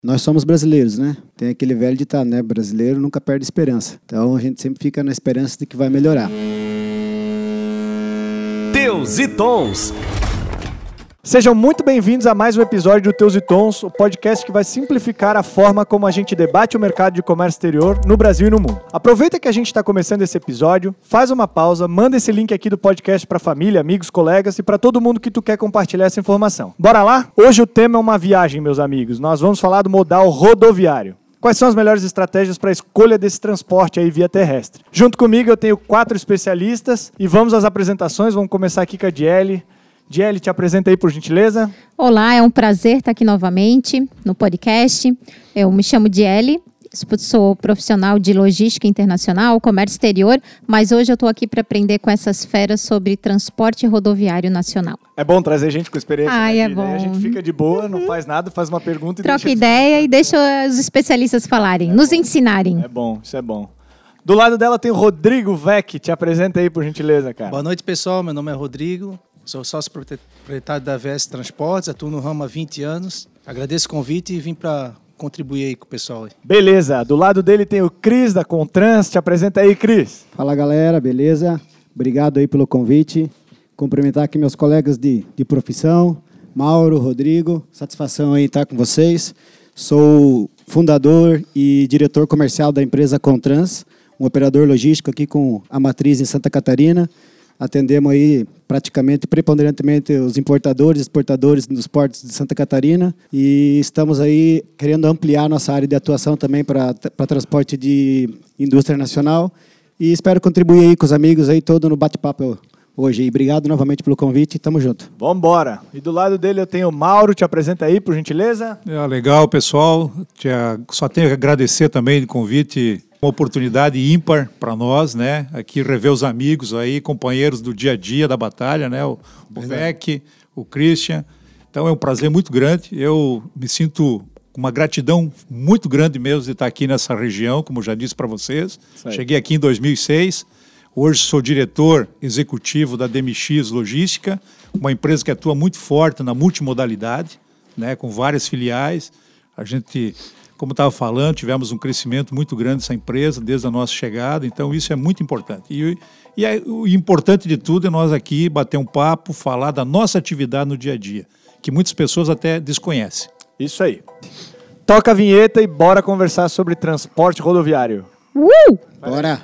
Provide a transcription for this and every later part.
Nós somos brasileiros, né? Tem aquele velho ditado, né? Brasileiro nunca perde esperança. Então a gente sempre fica na esperança de que vai melhorar. Teus e Tons. Sejam muito bem-vindos a mais um episódio do Teus e Tons, o podcast que vai simplificar a forma como a gente debate o mercado de comércio exterior no Brasil e no mundo. Aproveita que a gente está começando esse episódio, faz uma pausa, manda esse link aqui do podcast para família, amigos, colegas e para todo mundo que tu quer compartilhar essa informação. Bora lá? Hoje o tema é uma viagem, meus amigos. Nós vamos falar do modal rodoviário. Quais são as melhores estratégias para a escolha desse transporte aí via terrestre? Junto comigo eu tenho 4 especialistas e vamos às apresentações. Vamos começar aqui com a Diele. Diele, te apresenta aí, por gentileza. Olá, é um prazer estar aqui novamente no podcast. Eu me chamo Diele, sou profissional de logística internacional, comércio exterior, mas hoje eu estou aqui para aprender com essas feras sobre transporte rodoviário nacional. É bom trazer gente com experiência. Ai, né? é bom. Aí a gente fica de boa, não faz nada, faz uma pergunta e troca ideia e deixa os especialistas falarem, nos ensinarem. É bom, isso é bom. Do lado dela tem o Rodrigo Vec. Te apresenta aí, por gentileza, cara. Boa noite, pessoal. Meu nome é Rodrigo. Sou sócio proprietário da VS Transportes, atuo no ramo há 20 anos. Agradeço o convite e vim para contribuir aí com o pessoal. Beleza, do lado dele tem o Cris da Contrans. Te apresenta aí, Cris. Fala, galera, beleza? Obrigado aí pelo convite. Cumprimentar aqui meus colegas de profissão, Mauro, Rodrigo. Satisfação aí estar com vocês. Sou fundador e diretor comercial da empresa Contrans, um operador logístico aqui com a matriz em Santa Catarina. Atendemos aí praticamente, preponderantemente, os importadores e exportadores dos portos de Santa Catarina e estamos aí querendo ampliar nossa área de atuação também para transporte de indústria nacional e espero contribuir aí com os amigos aí todo no bate-papo hoje. E obrigado novamente pelo convite, tamo junto. Vamos embora. E do lado dele eu tenho o Mauro, te apresenta aí, por gentileza. Legal, pessoal. Só tenho que agradecer também o convite. Uma oportunidade ímpar para nós, né? Aqui rever os amigos aí, companheiros do dia a dia da batalha, né? O Vec, o Christian. Então é um prazer muito grande. Eu me sinto com uma gratidão muito grande mesmo de estar aqui nessa região, como já disse para vocês. Cheguei aqui em 2006. Hoje sou diretor executivo da DMX Logística, uma empresa que atua muito forte na multimodalidade, né? Com várias filiais. A gente, como estava falando, tivemos um crescimento muito grande dessa empresa desde a nossa chegada, então isso é muito importante. E o importante de tudo é nós aqui bater um papo, falar da nossa atividade no dia a dia, que muitas pessoas até desconhecem. Isso aí. Toca a vinheta e bora conversar sobre transporte rodoviário. Bora!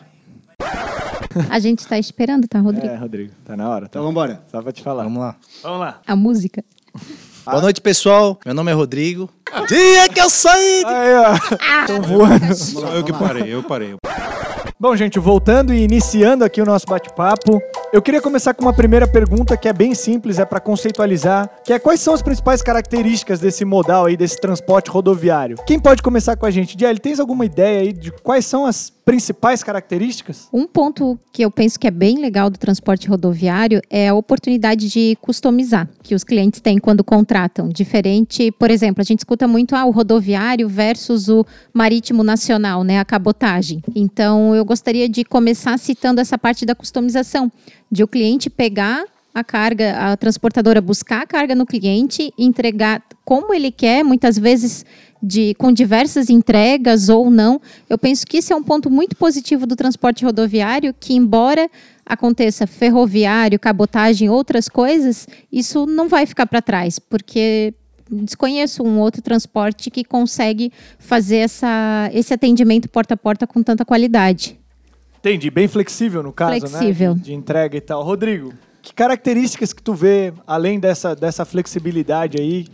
A gente está esperando, tá, Rodrigo? Rodrigo, tá na hora. Tá? Então vamos embora. Só pra te falar. Vamos lá. Vamos lá. A música. Boa noite, pessoal. Meu nome é Rodrigo. Dia que eu saí! Aí, ó. Tão voando. Só eu que parei. Bom, gente, voltando e iniciando aqui o nosso bate-papo, eu queria começar com uma primeira pergunta que é bem simples, é para conceitualizar, que é quais são as principais características desse modal aí, desse transporte rodoviário? Quem pode começar com a gente? Diele, tens alguma ideia aí de quais são as principais características? Um ponto que eu penso que é bem legal do transporte rodoviário é a oportunidade de customizar, que os clientes têm quando contratam. Diferente, por exemplo, a gente escuta muito o rodoviário versus o marítimo nacional, né, a cabotagem. Então, eu gostaria de começar citando essa parte da customização, de o cliente pegar a carga, a transportadora buscar a carga no cliente, entregar como ele quer, muitas vezes com diversas entregas ou não. Eu penso que isso é um ponto muito positivo do transporte rodoviário, que embora aconteça ferroviário, cabotagem, outras coisas, isso não vai ficar para trás, porque desconheço um outro transporte que consegue fazer esse atendimento porta a porta com tanta qualidade. Entendi, bem flexível no caso, flexível, né? De entrega e tal. Rodrigo, que características que tu vê, além dessa flexibilidade aí?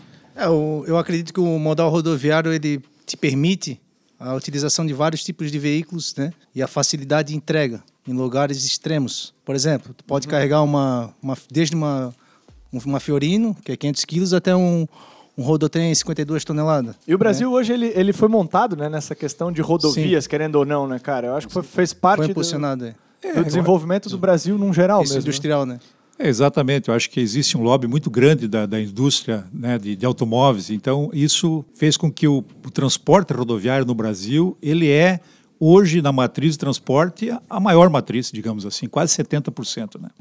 Eu acredito que o modal rodoviário ele te permite a utilização de vários tipos de veículos, né? E a facilidade de entrega em lugares extremos. Por exemplo, tu pode carregar desde uma Fiorino, que é 500 quilos, até um rodotrem 52 toneladas. E o Brasil hoje ele foi montado, né, nessa questão de rodovias, sim, querendo ou não, né, cara? Eu acho que fez parte impulsionado, do desenvolvimento do Brasil num geral mesmo. Industrial, né? Exatamente, eu acho que existe um lobby muito grande da indústria, né, de automóveis, então isso fez com que o transporte rodoviário no Brasil, ele é hoje na matriz de transporte a maior matriz, digamos assim, quase 70%, né?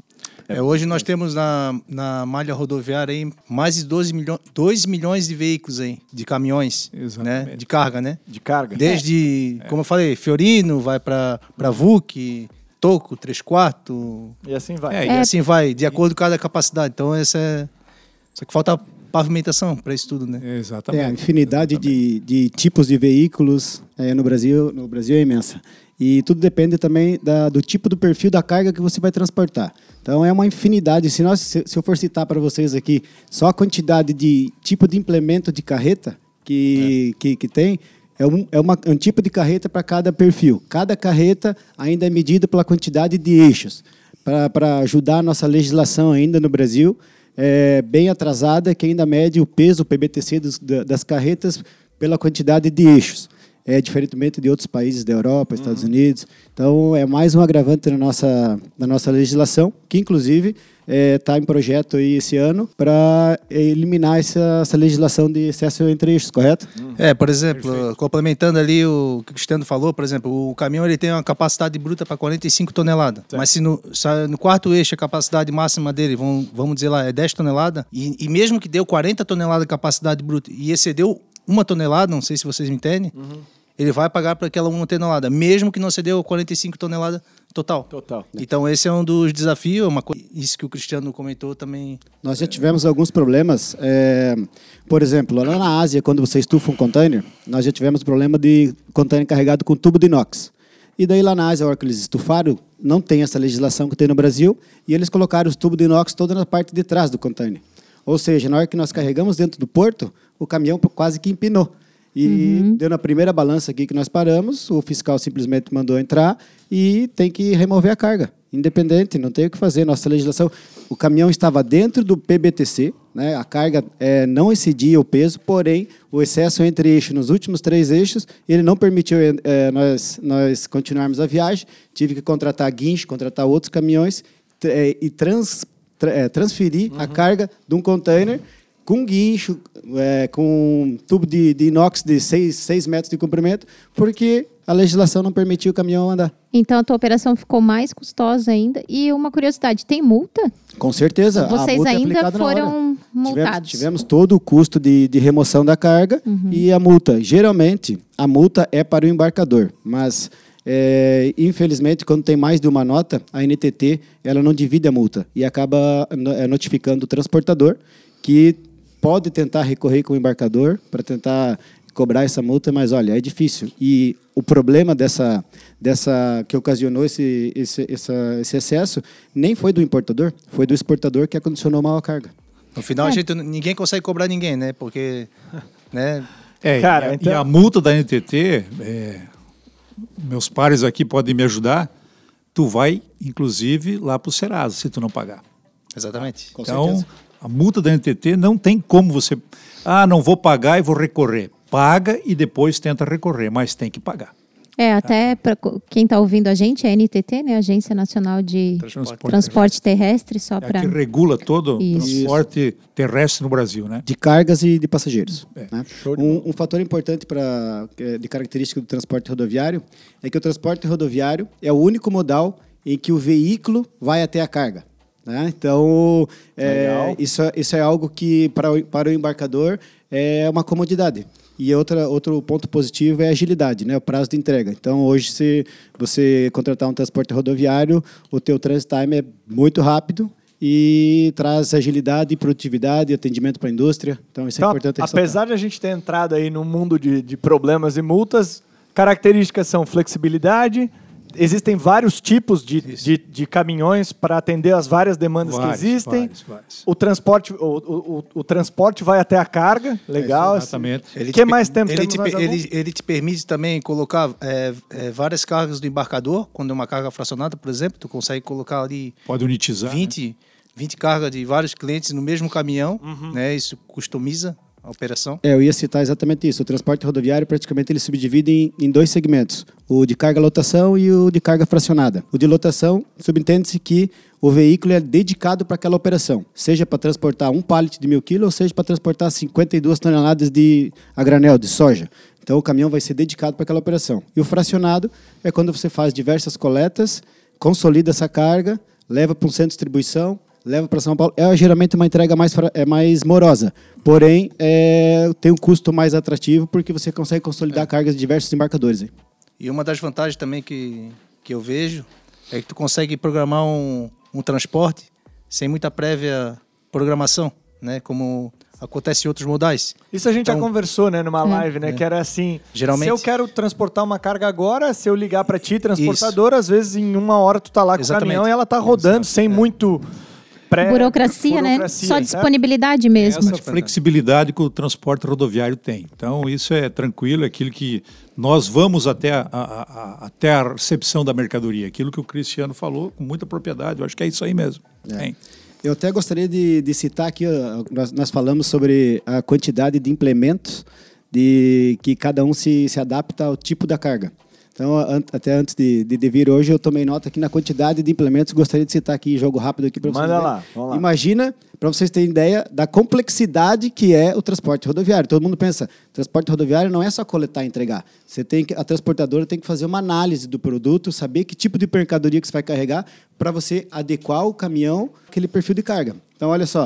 Hoje nós temos na malha rodoviária aí mais de 2 milhões de veículos aí, de caminhões, né? De carga, né? De carga. Desde, como eu falei, Fiorino, vai para VUC, Toco, 3/4. E assim vai. E assim vai, de acordo com cada capacidade. Então, só que falta pavimentação para isso tudo, né? Exatamente. A infinidade de tipos de veículos no Brasil é imensa. E tudo depende também do tipo do perfil da carga que você vai transportar. Então é uma infinidade. Se eu for citar para vocês aqui só a quantidade de tipo de implemento de carreta que tem, é um tipo de carreta para cada perfil. Cada carreta ainda é medida pela quantidade de eixos. Para ajudar a nossa legislação ainda no Brasil, bem atrasada, que ainda mede o peso, o PBTC das carretas pela quantidade de eixos. Diferentemente de outros países da Europa, Estados Unidos. Então, é mais um agravante na nossa legislação, que, inclusive, está em projeto aí esse ano para eliminar essa legislação de excesso entre eixos, correto? Por exemplo, complementando ali o que o Cristiano falou, por exemplo, o caminhão ele tem uma capacidade bruta para 45 toneladas. Certo. Mas se no quarto eixo a capacidade máxima dele, vamos dizer lá, é 10 toneladas, e mesmo que deu 40 toneladas de capacidade bruta e excedeu 1 tonelada, não sei se vocês me entendem, ele vai pagar para aquela 1 tonelada, mesmo que não excedeu 45 toneladas total. Então esse é um dos desafios, isso que o Cristiano comentou também. Nós já tivemos alguns problemas, por exemplo, lá na Ásia, quando você estufa um container, nós já tivemos problema de container carregado com tubo de inox. E daí lá na Ásia, a hora que eles estufaram, não tem essa legislação que tem no Brasil, e eles colocaram os tubos de inox toda na parte de trás do container. Ou seja, na hora que nós carregamos dentro do porto, o caminhão quase que empinou. E deu na primeira balança aqui que nós paramos, o fiscal simplesmente mandou entrar e tem que remover a carga. Independente, não tem o que fazer. Nossa legislação, o caminhão estava dentro do PBTC, né? A carga não excedia o peso, porém, o excesso entre eixos, nos últimos 3 eixos, ele não permitiu nós continuarmos a viagem. Tive que contratar guincho, contratar outros caminhões e transferir a carga de um container com guincho, com um tubo de inox de 6 metros de comprimento, porque a legislação não permitiu o caminhão andar. Então a tua operação ficou mais custosa ainda. E uma curiosidade, tem multa? Com certeza. Vocês ainda foram multados? Tivemos todo o custo de remoção da carga e a multa. Geralmente, a multa é para o embarcador, mas infelizmente, quando tem mais de uma nota, a NTT ela não divide a multa e acaba notificando o transportador, que pode tentar recorrer com o embarcador para tentar cobrar essa multa, mas olha, é difícil. E o problema dessa que ocasionou esse excesso nem foi do importador, foi do exportador que acondicionou mal a carga. No final, ninguém consegue cobrar ninguém, né? Porque, né? Cara, então... E a multa da NTT, meus pares aqui podem me ajudar, tu vai, inclusive, lá para o Serasa, se tu não pagar. Exatamente. Com certeza. A multa da NTT não tem como você... não vou pagar e vou recorrer. Paga e depois tenta recorrer, mas tem que pagar. Até para quem está ouvindo a gente, a NTT, né, Agência Nacional de Transporte Terrestre, só para... que regula todo o transporte terrestre no Brasil, né? De cargas e de passageiros. Né? Um fator importante de característica do transporte rodoviário é que o transporte rodoviário é o único modal em que o veículo vai até a carga. Né? Então, isso é algo que para o embarcador é uma comodidade. E outro ponto positivo é a agilidade, né? O prazo de entrega. Então, hoje, se você contratar um transporte rodoviário, o teu transit time é muito rápido e traz agilidade, produtividade e atendimento para a indústria. Então, isso é importante ressaltar. Apesar de a gente ter entrado aí no mundo de problemas e multas, características são flexibilidade. Existem vários tipos de caminhões para atender as várias demandas que existem. Vários. O transporte vai até a carga. Legal. Exatamente. O que mais temos? Ele te permite também colocar várias cargas do embarcador. Quando é uma carga fracionada, por exemplo, tu consegue colocar ali... Pode unitizar. 20 cargas de vários clientes no mesmo caminhão. Né? Isso customiza a operação. Eu ia citar exatamente isso. O transporte rodoviário, praticamente, ele subdivide em 2 segmentos. O de carga lotação e o de carga fracionada. O de lotação, subentende-se que o veículo é dedicado para aquela operação. Seja para transportar um pallet de 1.000 quilos, ou seja para transportar 52 toneladas a granel de soja. Então, o caminhão vai ser dedicado para aquela operação. E o fracionado é quando você faz diversas coletas, consolida essa carga, leva para um centro de distribuição, leva para São Paulo. É geralmente uma entrega mais morosa, porém tem um custo mais atrativo porque você consegue consolidar cargas de diversos embarcadores. Hein? E uma das vantagens também que eu vejo é que tu consegue programar um transporte sem muita prévia programação, né? Como acontece em outros modais. Isso a gente já conversou, né, numa live, né? Que era assim, geralmente, se eu quero transportar uma carga agora, se eu ligar para ti, transportadora, às vezes em 1 hora tu tá lá com o caminhão e ela tá rodando sem muito... Burocracia, né? Só disponibilidade mesmo. Essa flexibilidade que o transporte rodoviário tem. Então, isso é tranquilo, aquilo que nós vamos até a recepção da mercadoria. Aquilo que o Cristiano falou com muita propriedade. Eu acho que é isso aí mesmo. Eu até gostaria de citar aqui, nós falamos sobre a quantidade de implementos que cada um se adapta ao tipo da carga. Então, até antes de vir hoje, eu tomei nota aqui na quantidade de implementos. Gostaria de citar aqui, jogo rápido aqui para vocês. Manda lá, vamos lá. Imagina, para vocês terem ideia da complexidade que é o transporte rodoviário. Todo mundo pensa, transporte rodoviário não é só coletar e entregar. A transportadora tem que fazer uma análise do produto, saber que tipo de mercadoria que você vai carregar para você adequar o caminhão àquele perfil de carga. Então, olha só,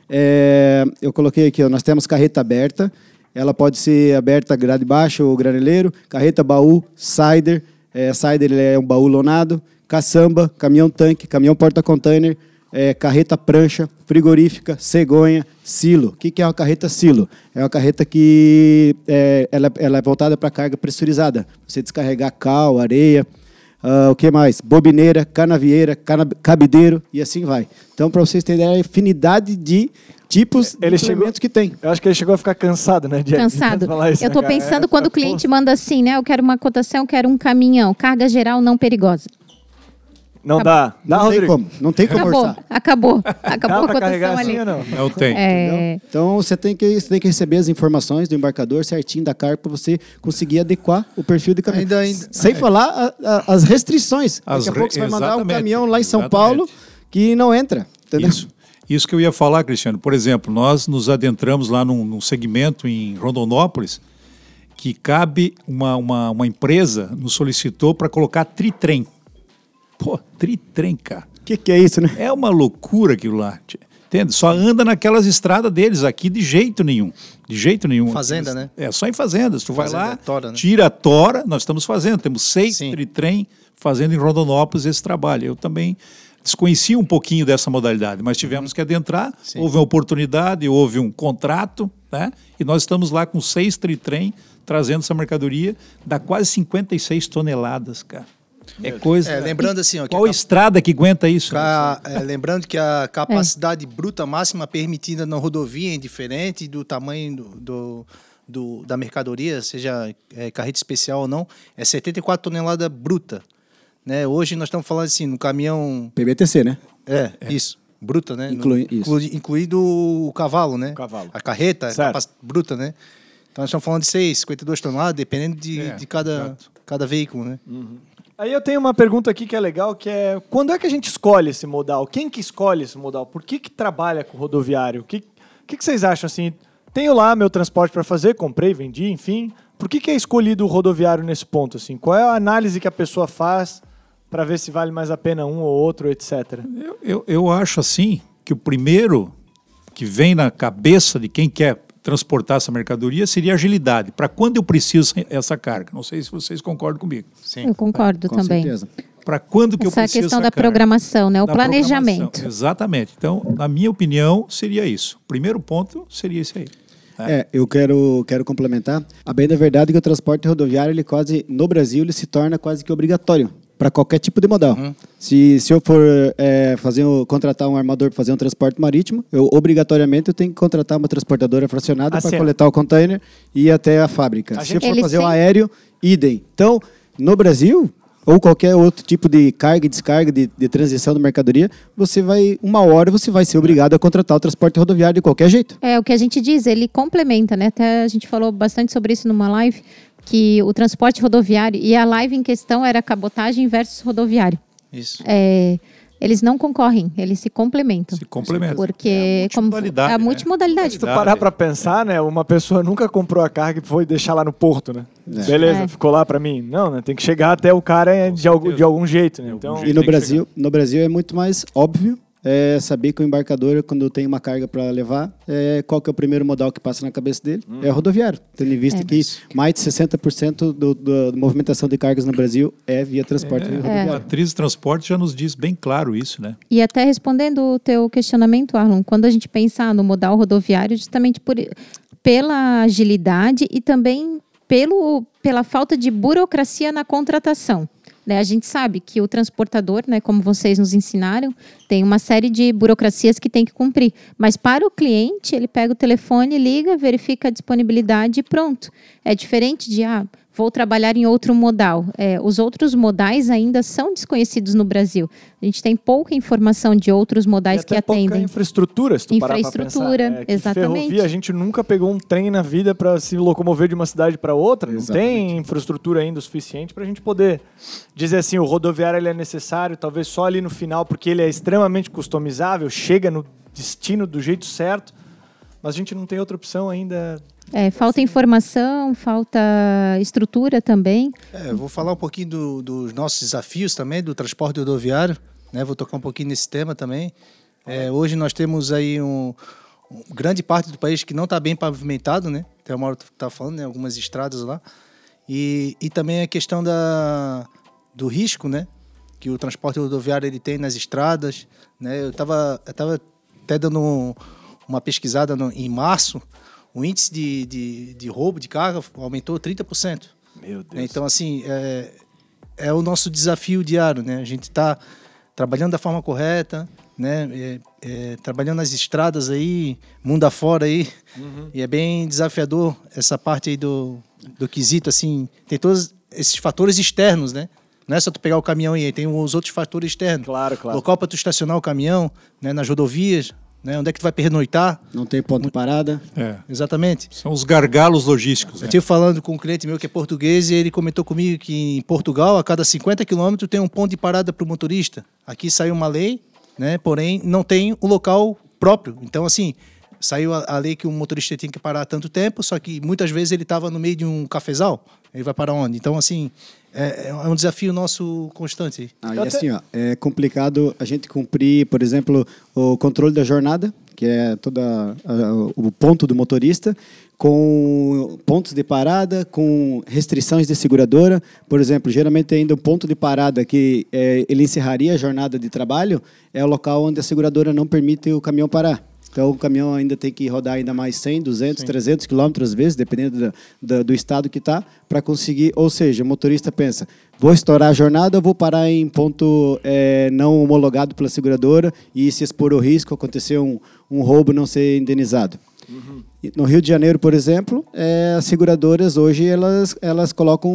eu coloquei aqui, nós temos carreta aberta. Ela pode ser aberta grade baixo ou graneleiro, carreta baú, cider. Cider é um baú lonado, caçamba, caminhão-tanque, caminhão porta-container, carreta prancha, frigorífica, cegonha, silo. O que é uma carreta silo? É uma carreta que ela é voltada para carga pressurizada. Você descarregar cal, areia, o que mais? Bobineira, canavieira, cabideiro e assim vai. Então, para vocês terem ideia, a infinidade de tipos de implementos que tem. Eu acho que ele chegou a ficar cansado, né? Cansado. Isso, eu estou pensando quando o cliente manda assim, né? Eu quero uma cotação, eu quero um caminhão, carga geral não perigosa. Não dá. Não, não tem como orçar. Acabou dá a cotação assim ali. ou não? Não tem. Então, você tem que receber as informações do embarcador certinho da carga para você conseguir adequar o perfil de caminhão. Sem falar as restrições. Daqui a pouco você vai mandar um caminhão lá em São Paulo que não entra. Entendeu? Isso que eu ia falar, Cristiano. Por exemplo, nós nos adentramos lá num segmento em Rondonópolis que cabe uma empresa nos solicitou para colocar tritrem. Pô, tritrem, cara. O que é isso, né? É uma loucura aquilo lá. Entende? Só anda naquelas estradas deles aqui de jeito nenhum. De jeito nenhum. Fazenda, né? Só em fazendas. Tu vai lá, tora, né? tira a tora, nós estamos fazendo. Temos 6 tritrem fazendo em Rondonópolis esse trabalho. Eu também desconhecia um pouquinho dessa modalidade, mas tivemos que adentrar, houve uma oportunidade, houve um contrato, né? E nós estamos lá com 6 tritrem trazendo essa mercadoria, dá quase 56 toneladas, cara. É coisa... lembrando assim... Qual estrada que aguenta isso? Lembrando que a capacidade bruta máxima permitida na rodovia é indiferente do tamanho da mercadoria, seja carreta especial ou não, é 74 toneladas bruta. Né? Hoje nós estamos falando assim, no caminhão... PBTC, né? Isso. Bruta, né? Incluído o cavalo, né? A carreta, bruta, né? Então nós estamos falando de 52 toneladas, dependendo de cada veículo, né? Aí eu tenho uma pergunta aqui que é legal, que é quando é que a gente escolhe esse modal? Quem que escolhe esse modal? Por que trabalha com rodoviário? O que vocês acham assim? Tenho lá meu transporte para fazer, comprei, vendi, enfim. Por que é escolhido o rodoviário nesse ponto? Assim? Qual é a análise que a pessoa faz para ver se vale mais a pena um ou outro, etc? Eu acho assim que o primeiro que vem na cabeça de quem quer transportar essa mercadoria seria agilidade. Para quando eu preciso essa carga? Não sei se vocês concordam comigo. Sim. Eu concordo também. Com certeza. Para quando que eu preciso essa questão da programação, né? O planejamento. Exatamente. Então, na minha opinião, seria isso. O primeiro ponto seria esse aí. Eu quero complementar. A bem da verdade é que o transporte rodoviário, no Brasil, ele se torna quase que obrigatório para qualquer tipo de modal. Se eu for contratar um armador para fazer um transporte marítimo, obrigatoriamente eu tenho que contratar uma transportadora fracionada para coletar o container e ir até a fábrica. Se eu for fazer o aéreo, idem. Então, no Brasil, ou qualquer outro tipo de carga e descarga de transição de mercadoria, uma hora você vai ser obrigado a contratar o transporte rodoviário de qualquer jeito. O que a gente diz, ele complementa, né? Até a gente falou bastante sobre isso numa live, que o transporte rodoviário, e a live em questão era cabotagem versus rodoviário. Isso. Eles não concorrem, eles se complementam. Se complementam. Porque multimodalidade, é a né? multimodalidade. Se tu parar para pensar, né, uma pessoa nunca comprou a carga e foi deixar lá no porto, né? Beleza, ficou lá para mim. Não, né? Tem que chegar até o cara de algum jeito, né? Então, E no Brasil é muito mais óbvio saber que o embarcador, quando tem uma carga para levar, qual que é o primeiro modal que passa na cabeça dele? É o rodoviário. Tendo em vista que mais de 60% da movimentação de cargas no Brasil é via transporte rodoviário. A matriz de transporte já nos diz bem claro isso, né? E até respondendo o teu questionamento, Arlon, quando a gente pensa no modal rodoviário, justamente pela agilidade e também pela falta de burocracia na contratação. A gente sabe que o transportador, né, como vocês nos ensinaram, tem uma série de burocracias que tem que cumprir. Mas para o cliente, ele pega o telefone, liga, verifica a disponibilidade e pronto. É diferente de, vou trabalhar em outro modal. Os outros modais ainda são desconhecidos no Brasil. A gente tem pouca informação de outros modais que atendem. Pouca infraestrutura, se tu parar pra pensar. Exatamente. Ferrovia, a gente nunca pegou um trem na vida para se locomover de uma cidade para outra. Exatamente. Não tem infraestrutura ainda o suficiente para a gente poder dizer assim, o rodoviário ele é necessário, talvez só ali no final, porque ele é extremamente customizável, chega no destino do jeito certo, mas a gente não tem outra opção ainda. Falta informação, falta estrutura também. Eu vou falar um pouquinho dos nossos desafios também, do transporte rodoviário, né? Vou tocar um pouquinho nesse tema também. Hoje nós temos aí grande parte do país que não está bem pavimentado, né? Até uma hora que tu está falando, né? Algumas estradas lá. E também a questão do risco, né? Que o transporte rodoviário ele tem nas estradas, né? Eu tava até dando uma pesquisada em março. O índice de roubo de carga aumentou 30%. Meu Deus. Então, assim, é o nosso desafio diário, né? A gente está trabalhando da forma correta, né? Trabalhando nas estradas aí, mundo afora aí. E é bem desafiador essa parte aí do quesito, assim. Tem todos esses fatores externos, né? Não é só tu pegar o caminhão e aí tem os outros fatores externos. Claro. Local para tu estacionar o caminhão, né? Nas rodovias. Né? Onde é que tu vai pernoitar? Não tem ponto de parada. Exatamente. São os gargalos logísticos. Eu estive falando com um cliente meu que é português e ele comentou comigo que em Portugal, a cada 50 quilômetros tem um ponto de parada para o motorista. Aqui saiu uma lei, né? Porém não tem o local próprio. Então, assim, saiu a lei que o motorista tem que parar tanto tempo, só que muitas vezes ele estava no meio de um cafezal. Ele vai parar onde? Então, assim, é um desafio nosso constante. E assim, é complicado a gente cumprir, por exemplo, o controle da jornada, que é o ponto do motorista, com pontos de parada, com restrições de seguradora. Por exemplo, geralmente ainda o ponto de parada que ele encerraria a jornada de trabalho é o local onde a seguradora não permite o caminhão parar. Então, o caminhão ainda tem que rodar ainda mais 100, 200, 300 quilômetros às vezes, dependendo do estado que está, para conseguir. Ou seja, o motorista pensa, vou estourar a jornada ou vou parar em ponto não homologado pela seguradora e se expor ao risco, acontecer um roubo, não ser indenizado. No Rio de Janeiro, por exemplo, as seguradoras hoje elas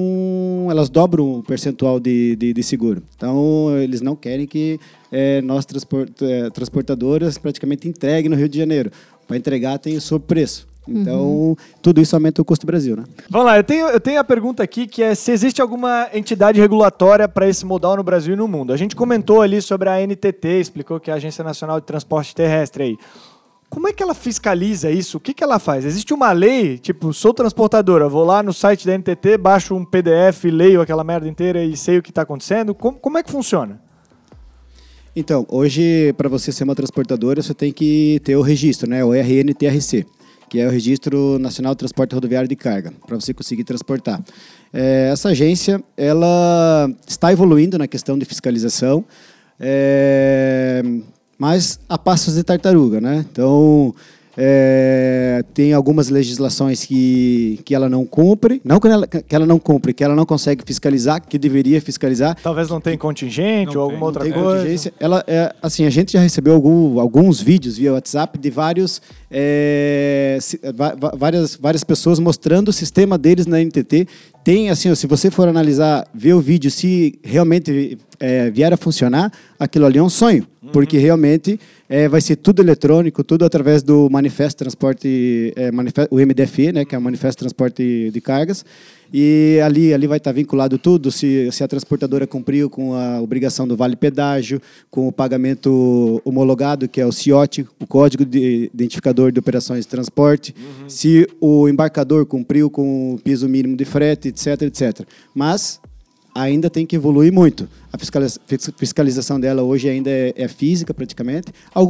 dobram o percentual de seguro. Então, eles não querem que nós transportadoras praticamente entreguem no Rio de Janeiro. Para entregar tem o sobrepreço. Então, tudo isso aumenta o custo do Brasil, né? Vamos lá, eu tenho a pergunta aqui que é se existe alguma entidade regulatória para esse modal no Brasil e no mundo. A gente comentou ali sobre a NTT, explicou que é a Agência Nacional de Transporte Terrestre aí. Como é que ela fiscaliza isso? O que ela faz? Existe uma lei, tipo, sou transportadora, vou lá no site da NTT, baixo um PDF, leio aquela merda inteira e sei o que está acontecendo? Como é que funciona? Então, hoje, para você ser uma transportadora, você tem que ter o registro, né? O RNTRC, que é o Registro Nacional de Transporte Rodoviário de Carga, para você conseguir transportar. Essa agência, ela está evoluindo na questão de fiscalização, mas a passos de tartaruga, né? Então, tem algumas legislações que ela não cumpre, não que ela não cumpre, que ela não consegue fiscalizar, que deveria fiscalizar. Talvez não tenha contingente ou alguma outra coisa. Contingência. Assim, a gente já recebeu alguns vídeos via WhatsApp de várias pessoas mostrando o sistema deles na NTT. Tem, assim, se você for analisar, ver o vídeo, se realmente vier a funcionar, aquilo ali é um sonho, porque realmente vai ser tudo eletrônico, tudo através do Manifesto Transporte, o MDFE, né, que é o Manifesto Transporte de Cargas, E ali vai estar vinculado tudo, se a transportadora cumpriu com a obrigação do vale pedágio, com o pagamento homologado, que é o CIOT, o Código de Identificador de Operações de Transporte, se o embarcador cumpriu com o piso mínimo de frete, etc, etc. Mas ainda tem que evoluir muito. A fiscalização dela hoje ainda é física, praticamente.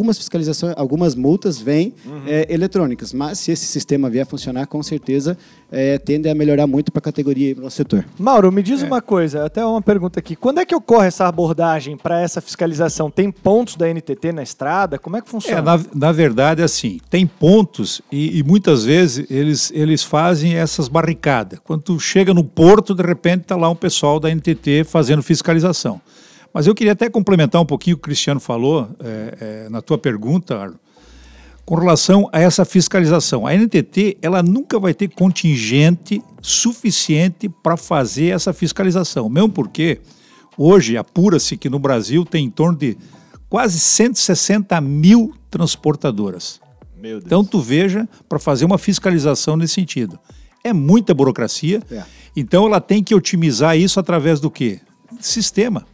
Algumas multas vêm eletrônicas, mas se esse sistema vier a funcionar, com certeza tende a melhorar muito para a categoria e para o nosso setor. Mauro, me diz uma coisa, até uma pergunta aqui. Quando é que ocorre essa abordagem para essa fiscalização? Tem pontos da NTT na estrada? Como é que funciona? Na verdade, assim, tem pontos e muitas vezes eles fazem essas barricadas. Quando tu chega no porto, de repente está lá um pessoal da NTT fazendo fiscalização. Mas eu queria até complementar um pouquinho o que o Cristiano falou na tua pergunta, Arlo, com relação a essa fiscalização. A NTT ela nunca vai ter contingente suficiente para fazer essa fiscalização, mesmo porque hoje apura-se que no Brasil tem em torno de quase 160 mil transportadoras. Meu Deus. Então tu veja, para fazer uma fiscalização nesse sentido. É muita burocracia, então ela tem que otimizar isso através do quê? Sistema.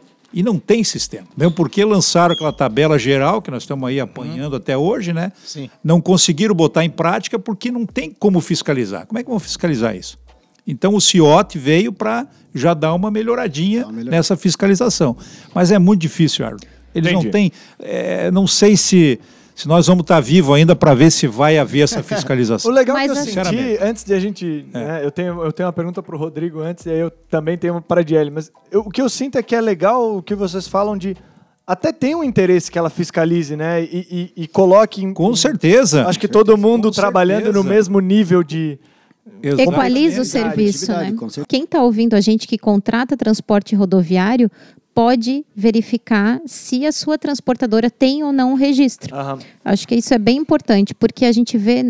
E não tem sistema. Mesmo porque lançaram aquela tabela geral, que nós estamos aí apanhando até hoje, né? Sim. Não conseguiram botar em prática porque não tem como fiscalizar. Como é que vão fiscalizar isso? Então o CIOT veio para já dar uma melhoradinha nessa fiscalização. Mas é muito difícil, Arlo. Eles não têm... não sei se nós vamos estar vivos ainda para ver se vai haver essa fiscalização. O legal Mas que eu senti, antes de a gente... Né, eu tenho uma pergunta para o Rodrigo antes, e aí eu também tenho uma para a Diele, mas o que eu sinto é que é legal o que vocês falam de... Até tem um interesse que ela fiscalize, né? E coloque... Com certeza. Acho que todo mundo trabalhando no mesmo nível de... Equaliza o serviço, né? Quem está ouvindo a gente que contrata transporte rodoviário pode verificar se a sua transportadora tem ou não um registro. Acho que isso é bem importante, porque a gente vê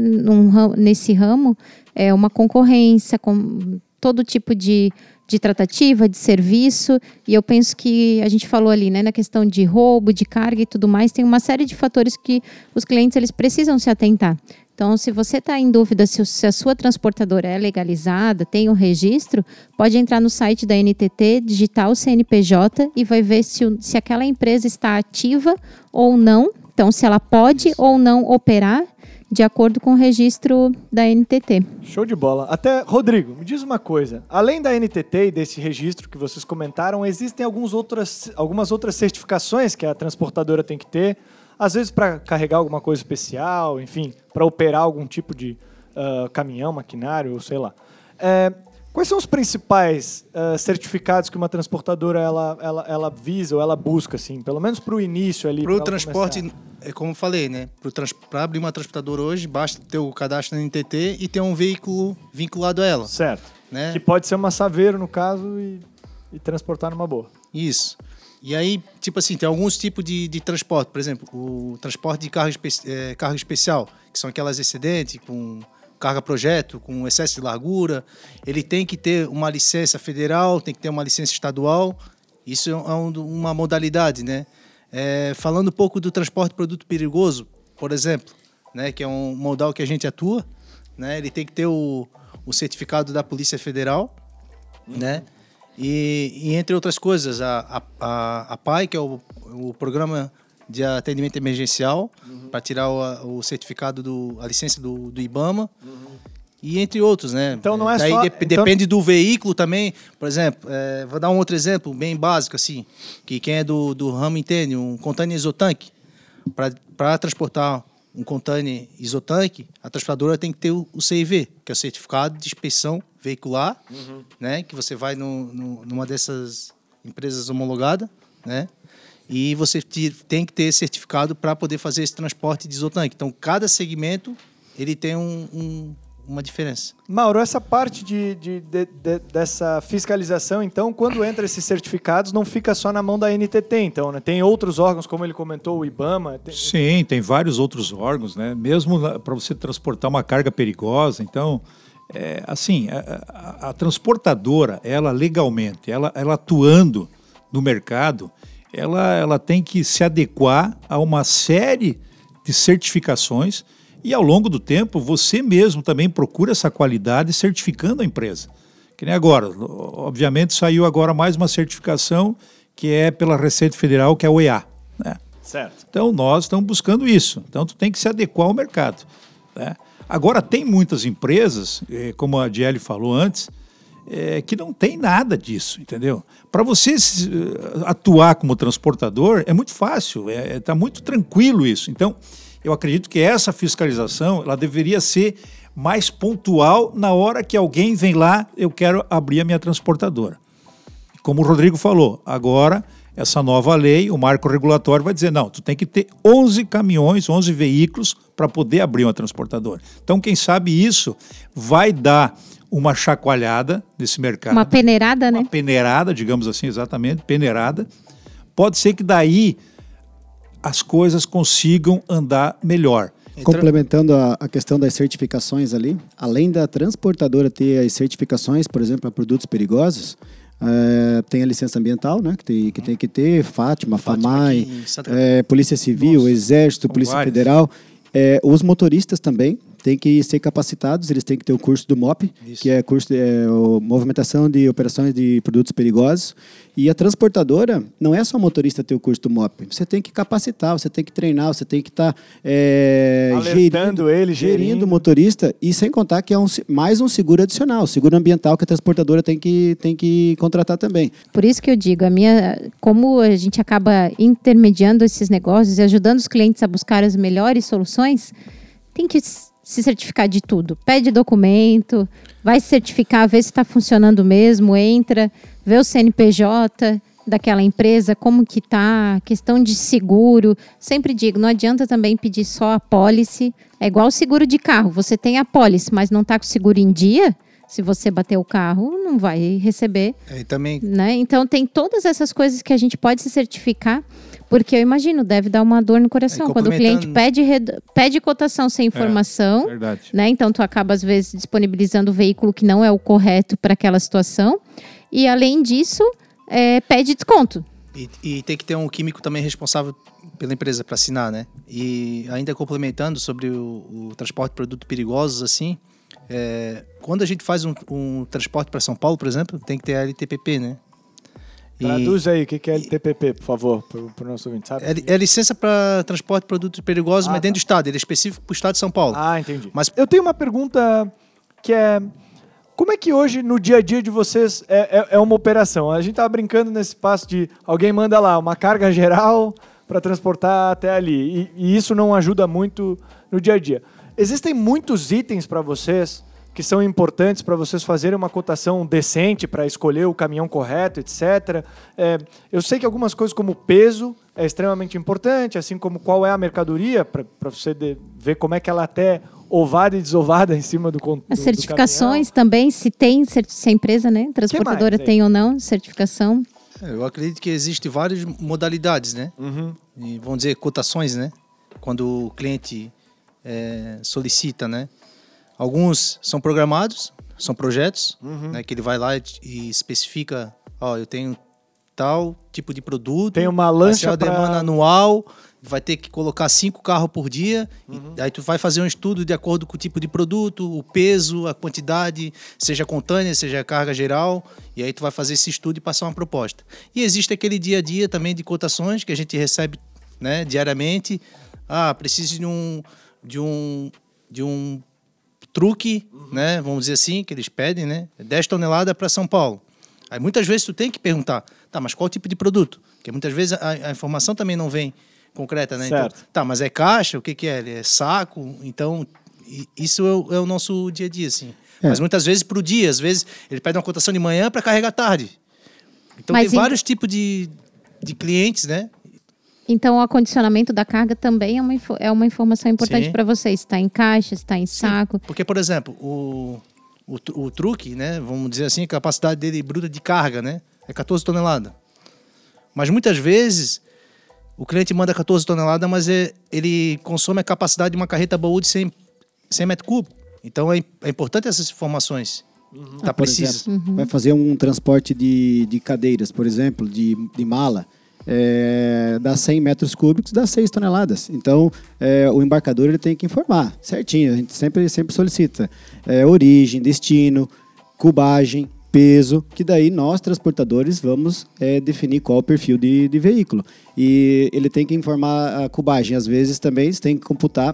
nesse ramo uma concorrência com todo tipo de tratativa, de serviço, e eu penso que a gente falou ali, né, na questão de roubo, de carga e tudo mais, tem uma série de fatores que os clientes eles precisam se atentar. Então, se você está em dúvida se a sua transportadora é legalizada, tem um registro, pode entrar no site da NTT, digitar o CNPJ e vai ver se aquela empresa está ativa ou não. Então, se ela pode ou não operar de acordo com o registro da NTT. Show de bola. Até, Rodrigo, me diz uma coisa. Além da NTT e desse registro que vocês comentaram, existem algumas outras certificações que a transportadora tem que ter, às vezes para carregar alguma coisa especial, enfim, para operar algum tipo de caminhão, maquinário, sei lá. Quais são os principais certificados que uma transportadora ela visa ou ela busca, assim, pelo menos para o início ali? Para o transporte, como eu falei, né? Para abrir uma transportadora hoje, basta ter o cadastro na NTT e ter um veículo vinculado a ela. Certo. Né? Que pode ser uma Saveiro, no caso, e transportar numa boa. Isso. E aí, tipo assim, tem alguns tipos de transporte. Por exemplo, o transporte de carga especial, que são aquelas excedentes com carga projeto, com excesso de largura. Ele tem que ter uma licença federal, tem que ter uma licença estadual. Isso é uma modalidade, né? Falando um pouco do transporte de produto perigoso, por exemplo, né, que é um modal que a gente atua, né? Ele tem que ter o certificado da Polícia Federal, né? E entre outras coisas, a PAI, que é o Programa de Atendimento Emergencial, para tirar o certificado, a licença do IBAMA, e entre outros, né? Então não é daí só... Depende do veículo também. Por exemplo, vou dar um outro exemplo bem básico, assim, que quem é do ramo entende, um container isotanque. Para transportar um container isotanque, a transportadora tem que ter o CIV, que é o Certificado de Inspeção Veicular, né? Que você vai numa dessas empresas homologadas, né? E você tem que ter certificado para poder fazer esse transporte de isotanque. Então, cada segmento ele tem uma diferença. Mauro, essa parte dessa fiscalização, então, quando entra esses certificados, não fica só na mão da NTT, então, né? Tem outros órgãos, como ele comentou, o IBAMA? Sim, tem vários outros órgãos, né? Mesmo para você transportar uma carga perigosa. Então, a transportadora, ela legalmente, ela atuando no mercado, ela tem que se adequar a uma série de certificações e, ao longo do tempo, você mesmo também procura essa qualidade certificando a empresa. Que nem agora. Obviamente saiu agora mais uma certificação que é pela Receita Federal, que é o EA. Né? Certo. Então, nós estamos buscando isso. Então, tu tem que se adequar ao mercado. Né? Agora, tem muitas empresas, como a Adiele falou antes, que não tem nada disso, entendeu? Para você atuar como transportador, é muito fácil, está muito tranquilo isso. Então, eu acredito que essa fiscalização ela deveria ser mais pontual na hora que alguém vem lá, eu quero abrir a minha transportadora. Como o Rodrigo falou, agora essa nova lei, o marco regulatório vai dizer, não, tu tem que ter 11 caminhões, 11 veículos para poder abrir uma transportadora. Então, quem sabe isso vai dar uma chacoalhada nesse mercado. Uma peneirada, né? Uma peneirada, digamos assim, exatamente, peneirada. Pode ser que daí as coisas consigam andar melhor. Complementando a questão das certificações ali, além da transportadora ter as certificações, por exemplo, para produtos perigosos, tem a licença ambiental, né, que tem que ter, Fátima, FAMAI, Polícia Civil, Exército, Polícia Federal. Os motoristas também têm que ser capacitados, eles têm que ter o curso do MOP, que é curso de Movimentação de Operações de Produtos Perigosos. E a transportadora, não é só o motorista ter o curso do MOP, você tem que capacitar, você tem que treinar, você tem que estar gerindo o motorista, e sem contar que é mais um seguro adicional, seguro ambiental que a transportadora tem que contratar também. Por isso que eu digo, como a gente acaba intermediando esses negócios e ajudando os clientes a buscar as melhores soluções, tem que se certificar de tudo. Pede documento, vai se certificar, vê se está funcionando mesmo, entra, vê o CNPJ daquela empresa, como que está, questão de seguro. Sempre digo, não adianta também pedir só a pólice. É igual o seguro de carro, você tem a pólice, mas não está com o seguro em dia, se você bater o carro, não vai receber. Também... né? Então, tem todas essas coisas que a gente pode se certificar, porque eu imagino, deve dar uma dor no coração. Quando o cliente pede cotação sem informação, né? Então tu acaba, às vezes, disponibilizando o veículo que não é o correto para aquela situação. E, além disso, pede desconto. E tem que ter um químico também responsável pela empresa para assinar, né? E ainda complementando sobre o transporte de produtos perigosos, assim, quando a gente faz um transporte para São Paulo, por exemplo, tem que ter a LTPP, né? Traduz aí, o que é LTPP, por favor, para o nosso ouvinte, sabe? É licença para transporte de produtos perigosos, mas dentro do estado. Ele é específico para o estado de São Paulo. Entendi. Mas eu tenho uma pergunta que é... Como é que hoje, no dia a dia de vocês, é uma operação? A gente estava brincando nesse passo de alguém manda lá uma carga geral para transportar até ali. E isso não ajuda muito no dia a dia. Existem muitos itens para vocês que são importantes para vocês fazerem uma cotação decente para escolher o caminhão correto, etc. Eu sei que algumas coisas como peso é extremamente importante, assim como qual é a mercadoria, para você ver como é que ela até ovada e desovada em cima do As certificações também, se a empresa, né, transportadora tem ou não certificação. Eu acredito que existem várias modalidades, né? E, vamos dizer, cotações, né? Quando o cliente solicita, né? Alguns são programados, são projetos, né, que ele vai lá e especifica, eu tenho tal tipo de produto, tem uma lancha para demanda anual, vai ter que colocar 5 carros por dia, e aí tu vai fazer um estudo de acordo com o tipo de produto, o peso, a quantidade, seja container, seja carga geral, e aí tu vai fazer esse estudo e passar uma proposta. E existe aquele dia a dia também de cotações que a gente recebe, né, diariamente. Preciso de um truque, né, vamos dizer assim, que eles pedem, né, 10 toneladas para São Paulo. Aí muitas vezes tu tem que perguntar, mas qual tipo de produto? Porque muitas vezes a informação também não vem concreta, né? Certo. Então, mas é caixa, o que é? É saco? Então, isso é o nosso dia a dia, assim. Mas muitas vezes pro dia, às vezes ele pede uma cotação de manhã para carregar à tarde. Então tem vários tipos de clientes, né? Então, o acondicionamento da carga também é uma informação importante para vocês. Está em caixa, está em saco. Porque, por exemplo, o truque, né, vamos dizer assim, a capacidade dele bruta de carga, né, é 14 toneladas. Mas muitas vezes o cliente manda 14 toneladas, mas ele consome a capacidade de uma carreta baú de 100 metros cúbicos. Então, é importante essas informações. Está preciso. Vai fazer um transporte de cadeiras, por exemplo, de mala. Dá 100 metros cúbicos, dá 6 toneladas. Então, o embarcador ele tem que informar certinho. A gente sempre solicita origem, destino, cubagem, peso, que daí nós, transportadores, vamos definir qual o perfil de veículo. E ele tem que informar a cubagem. Às vezes também você tem que computar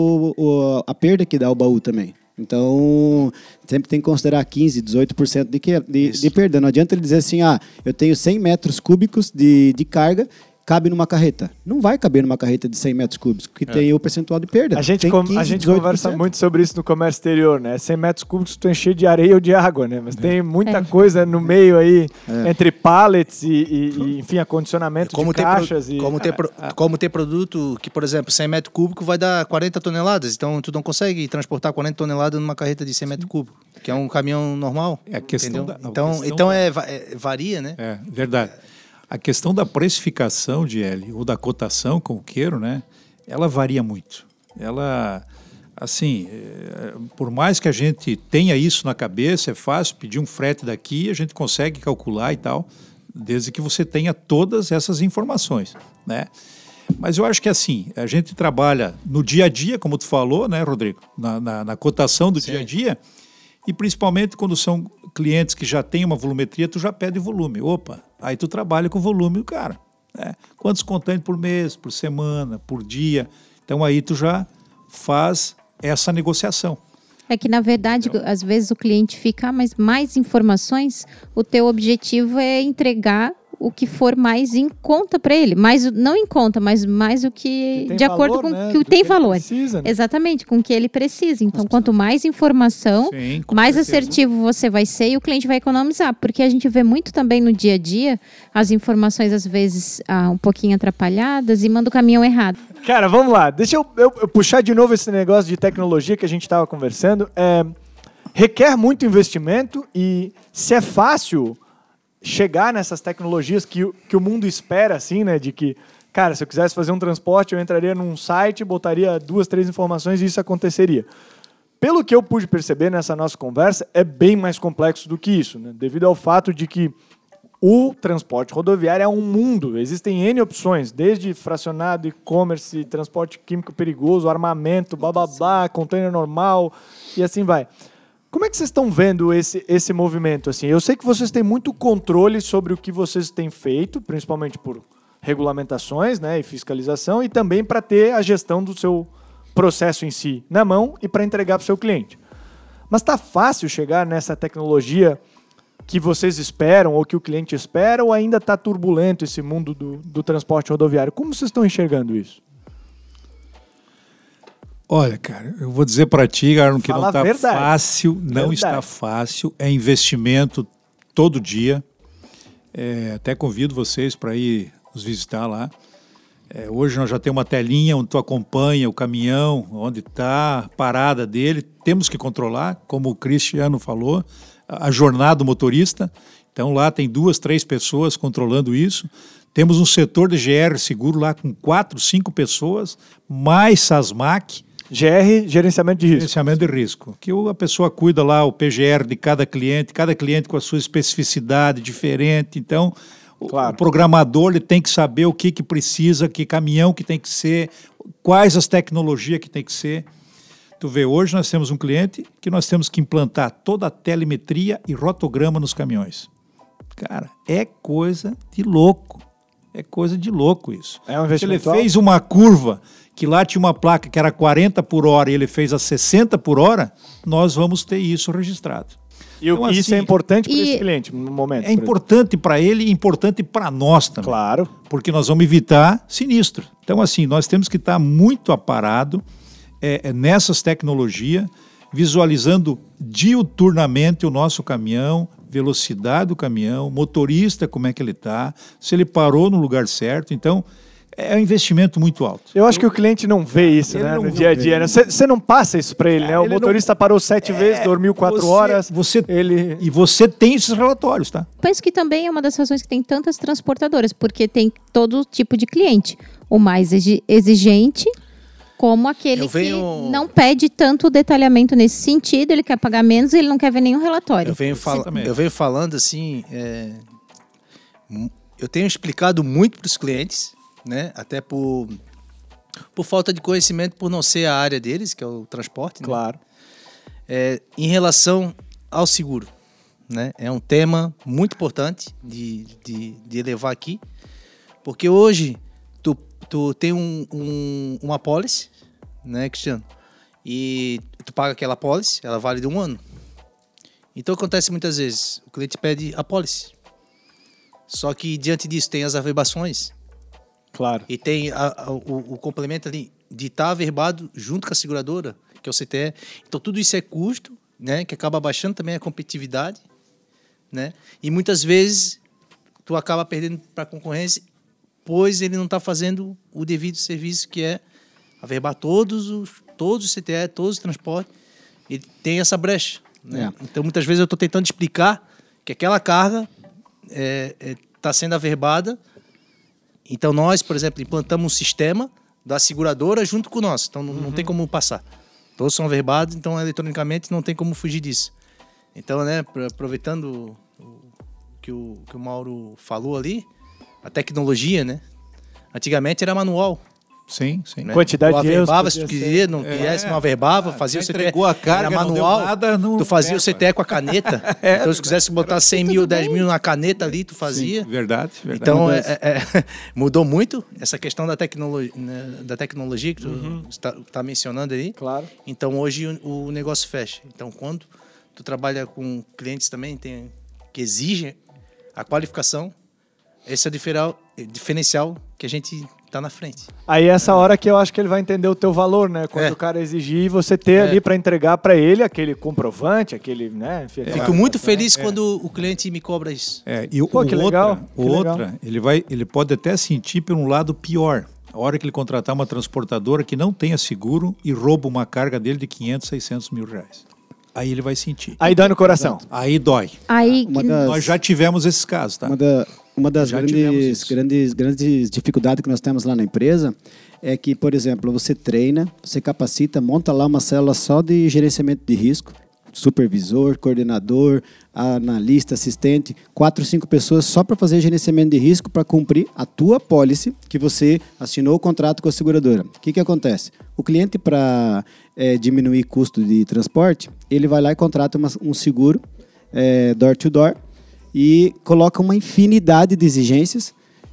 a perda que dá o baú também. Então, sempre tem que considerar 15%, 18% de perda. Não adianta ele dizer assim, eu tenho 100 metros cúbicos de carga, cabe numa carreta. Não vai caber numa carreta de 100 metros cúbicos, porque tem o percentual de perda. A gente conversa muito sobre isso no comércio exterior, né? 100 metros cúbicos tu encher de areia ou de água, né? Mas tem muita coisa no meio aí, entre pallets e enfim, acondicionamento de caixas. Como ter produto que, por exemplo, 100 metros cúbicos vai dar 40 toneladas. Então, tu não consegue transportar 40 toneladas numa carreta de 100 metros cúbicos, que é um caminhão normal. É a questão varia, né? É, verdade. A questão da precificação de L ou da cotação, como queiro, né? Ela varia muito. Ela, assim, por mais que a gente tenha isso na cabeça, é fácil pedir um frete daqui, a gente consegue calcular e tal, desde que você tenha todas essas informações, né? Mas eu acho que assim, a gente trabalha no dia a dia, como tu falou, né, Rodrigo? Na cotação do dia a dia, e principalmente quando são clientes que já têm uma volumetria, tu já pede volume. Opa, aí tu trabalha com o volume do cara, né? Quantos containers por mês, por semana, por dia. Então aí tu já faz essa negociação. É que, na verdade, às vezes o cliente fica, mas mais informações, o teu objetivo é entregar o que for mais em conta para ele. Não em conta, mas mais o que de valor, acordo com né? o que tem valor. Precisa, né? Exatamente, com o que ele precisa. Então, quanto mais informação, mais assertivo você vai ser e o cliente vai economizar. Porque a gente vê muito também no dia a dia as informações, às vezes, um pouquinho atrapalhadas e manda o caminhão errado. Cara, vamos lá. Deixa eu puxar de novo esse negócio de tecnologia que a gente estava conversando. Requer muito investimento e se é fácil chegar nessas tecnologias que o mundo espera, assim, né? De que, cara, se eu quisesse fazer um transporte, eu entraria num site, botaria 2, 3 informações e isso aconteceria. Pelo que eu pude perceber nessa nossa conversa, é bem mais complexo do que isso, né? Devido ao fato de que o transporte rodoviário é um mundo. Existem N opções, desde fracionado, e-commerce, transporte químico perigoso, armamento, blá, blá, blá, container normal e assim vai. Como é que vocês estão vendo esse movimento? Assim? Eu sei que vocês têm muito controle sobre o que vocês têm feito, principalmente por regulamentações, né, e fiscalização, e também para ter a gestão do seu processo em si na mão e para entregar para o seu cliente. Mas está fácil chegar nessa tecnologia que vocês esperam ou que o cliente espera, ou ainda está turbulento esse mundo do transporte rodoviário? Como vocês estão enxergando isso? Olha, cara, eu vou dizer para ti, Arno, que Fala não está fácil, não está fácil, é investimento todo dia. Até convido vocês para ir nos visitar lá. Hoje nós já temos uma telinha onde tu acompanha o caminhão, onde está a parada dele. Temos que controlar, como o Cristiano falou, a jornada do motorista. Então lá tem 2, 3 pessoas controlando isso. Temos um setor de GR seguro lá com 4, 5 pessoas, mais SASMAC. GR, gerenciamento de risco. Gerenciamento de risco. Que a pessoa cuida lá, o PGR de cada cliente com a sua especificidade diferente. Então, o programador ele tem que saber o que precisa, que caminhão que tem que ser, quais as tecnologias que tem que ser. Tu vê, hoje nós temos um cliente que nós temos que implantar toda a telemetria e rotograma nos caminhões. Cara, é coisa de louco. É coisa de louco isso. É um investimento. Ele fez uma curva que lá tinha uma placa que era 40 por hora e ele fez a 60 por hora, nós vamos ter isso registrado. E então, isso é importante para esse cliente no momento? É importante para ele e importante para nós também. Claro. Porque nós vamos evitar sinistro. Então, assim, nós temos que estar muito aparado nessas tecnologias, visualizando diuturnamente o nosso caminhão, velocidade do caminhão, motorista, como é que ele está, se ele parou no lugar certo. Então, é um investimento muito alto. Eu acho que o cliente não vê isso, né, no dia a dia. Você não passa isso para ele, né? O motorista parou 7 vezes, dormiu 4 horas. E você tem esses relatórios, tá? Penso que também é uma das razões que tem tantas transportadoras, porque tem todo tipo de cliente. O mais exigente, como aquele que não pede tanto detalhamento nesse sentido, ele quer pagar menos e ele não quer ver nenhum relatório. Eu venho falando assim, eu tenho explicado muito para os clientes, né? Até por falta de conhecimento, por não ser a área deles, que é o transporte. Claro. Né? Em relação ao seguro. né? É um tema muito importante de levar aqui, porque hoje tu tem uma apólice, né, Cristiano? E tu paga aquela apólice, ela vale de 1 ano. Então acontece muitas vezes, o cliente pede apólice. Só que diante disso tem as averbações. Claro. E tem o complemento ali de estar averbado junto com a seguradora, que é o CTE. Então tudo isso é custo, né, que acaba baixando também a competitividade, né? E muitas vezes tu acaba perdendo para a concorrência, pois ele não está fazendo o devido serviço, que é averbar todos os CTE, todos os transportes. Ele tem essa brecha, né? Então muitas vezes eu estou tentando explicar que aquela carga está sendo averbada. Então nós, por exemplo, implantamos um sistema da seguradora junto com o nosso. Então não tem como passar. Todos são averbados, então eletronicamente não tem como fugir disso. Então, né, aproveitando o que o Mauro falou ali, a tecnologia, né? Antigamente era manual. Sim. Né? Quantidade de erros. Averbava, se tu queria, não quisesse, não averbava, fazia o CTE. Entregou a carga, era manual, não deu nada, não tu fazia o verba. CTE com a caneta. Então, se quisesse botar 100 mil, 10 mil na caneta ali, tu fazia. Sim, verdade. Então, mudou muito essa questão da tecnologia que tu está mencionando aí. Claro. Então, hoje o negócio fecha. Então, quando tu trabalha com clientes também que exigem a qualificação, esse é o diferencial que a gente está na frente. Aí essa hora que eu acho que ele vai entender o teu valor, né? Quando o cara exigir, você ter ali para entregar para ele aquele comprovante, aquele, né? Fico muito feliz quando o cliente me cobra isso. E que legal. Ele pode até sentir por um lado pior. A hora que ele contratar uma transportadora que não tenha seguro e rouba uma carga dele de 500, 600 mil reais. Aí ele vai sentir. Aí dói no coração. Aí dói. Nós já tivemos esses casos, tá? Uma das grandes dificuldades que nós temos lá na empresa é que, por exemplo, você treina, você capacita, monta lá uma célula só de gerenciamento de risco, supervisor, coordenador, analista, assistente, 4 ou 5 pessoas só para fazer gerenciamento de risco para cumprir a tua policy que você assinou o contrato com a seguradora. O que acontece? O cliente, para diminuir custo de transporte, ele vai lá e contrata um seguro door-to-door e coloca uma infinidade de exigências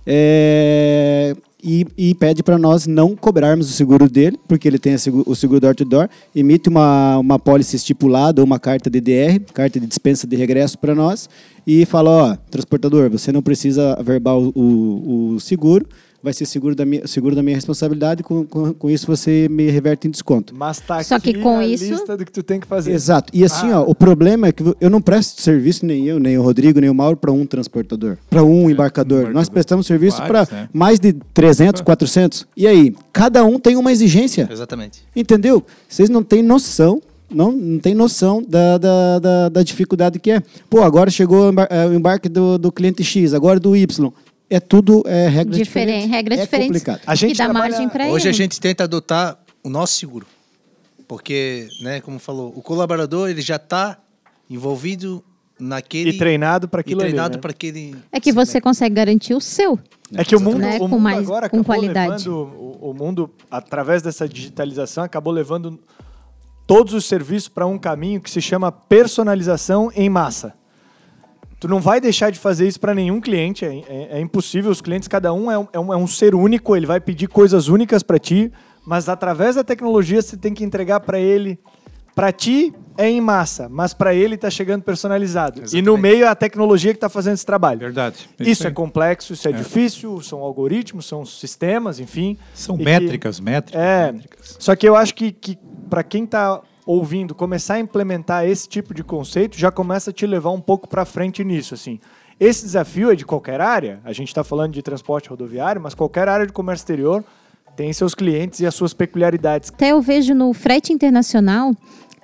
e pede para nós não cobrarmos o seguro dele, porque ele tem o seguro door-to-door, emite uma pólice estipulada, uma carta DDR, carta de dispensa de regresso para nós, e fala, transportador, você não precisa averbar o seguro, vai ser seguro da minha responsabilidade, com isso você me reverte em desconto. Mas tá aqui Só que com a isso... lista do que tu tem que fazer. Exato. E assim, o problema é que eu não presto serviço, nem eu, nem o Rodrigo, nem o Mauro, para um transportador, para um embarcador. Nós prestamos serviço para mais de 300, 400. E aí, cada um tem uma exigência. Exatamente. Entendeu? Vocês não têm noção. Não tem noção da dificuldade que é. Pô, agora chegou o embarque do cliente X, agora do Y. É tudo regras diferentes. Regras diferentes. Complicado. A gente que dá margem para Hoje ele. a gente tenta adotar o nosso seguro. Porque, né, como falou, o colaborador ele já está envolvido naquele... E treinado para aquilo. E treinado né? para aquele... É que você consegue garantir o seu. É que o mundo, Né, o com mundo agora com acabou qualidade. levando... O mundo, através dessa digitalização, acabou levando todos os serviços para um caminho que se chama personalização em massa. Tu não vai deixar de fazer isso para nenhum cliente, é impossível. Os clientes, cada um é um ser único, ele vai pedir coisas únicas para ti, mas através da tecnologia você tem que entregar para ele. Para ti é em massa, mas para ele está chegando personalizado. Exatamente. E no meio é a tecnologia que está fazendo esse trabalho. Verdade. Isso é complexo, isso é difícil, são algoritmos, são sistemas, enfim. São E métricas. Só que eu acho que para quem está ouvindo, começar a implementar esse tipo de conceito, já começa a te levar um pouco para frente nisso, assim. Esse desafio é de qualquer área, a gente está falando de transporte rodoviário, mas qualquer área de comércio exterior tem seus clientes e as suas peculiaridades. Até eu vejo no frete internacional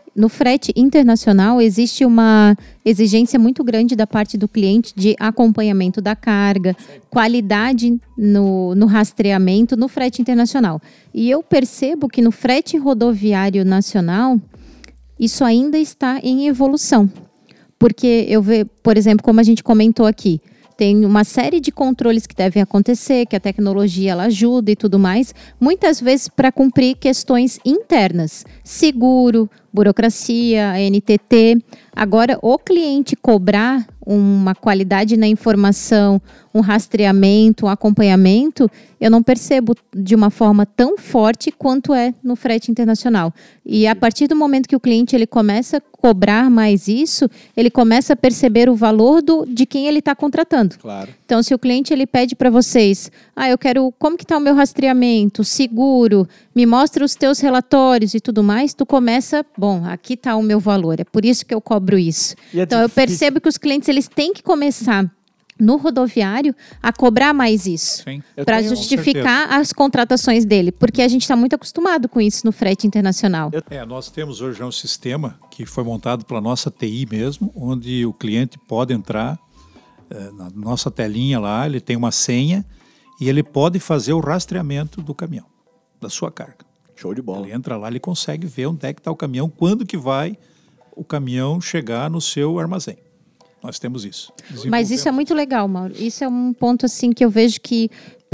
existe uma exigência muito grande da parte do cliente de acompanhamento da carga, qualidade no rastreamento no frete internacional. E eu percebo que no frete rodoviário nacional, isso ainda está em evolução. Porque eu vejo, por exemplo, como a gente comentou aqui, tem uma série de controles que devem acontecer, que a tecnologia ela ajuda e tudo mais, muitas vezes para cumprir questões internas, seguro, burocracia, a NTT. Agora, o cliente cobrar uma qualidade na informação, um rastreamento, um acompanhamento, eu não percebo de uma forma tão forte quanto é no frete internacional. E a partir do momento que o cliente ele começa a cobrar mais isso, ele começa a perceber o valor de quem ele está contratando. Claro. Então, se o cliente ele pede para vocês, eu quero, como que está o meu rastreamento, seguro, me mostra os teus relatórios e tudo mais, tu começa, bom, aqui está o meu valor, é por isso que eu cobro isso. Então, eu percebo que os clientes eles têm que começar no rodoviário a cobrar mais isso, para justificar as contratações dele, porque a gente está muito acostumado com isso no frete internacional. Nós temos hoje um sistema que foi montado pela nossa TI mesmo, onde o cliente pode entrar na nossa telinha lá, ele tem uma senha e ele pode fazer o rastreamento do caminhão, da sua carga. Show de bola. Ele entra lá, ele consegue ver onde é que está o caminhão, quando que vai o caminhão chegar no seu armazém. Nós temos isso. Mas isso é muito legal, Mauro. Isso é um ponto assim que eu vejo que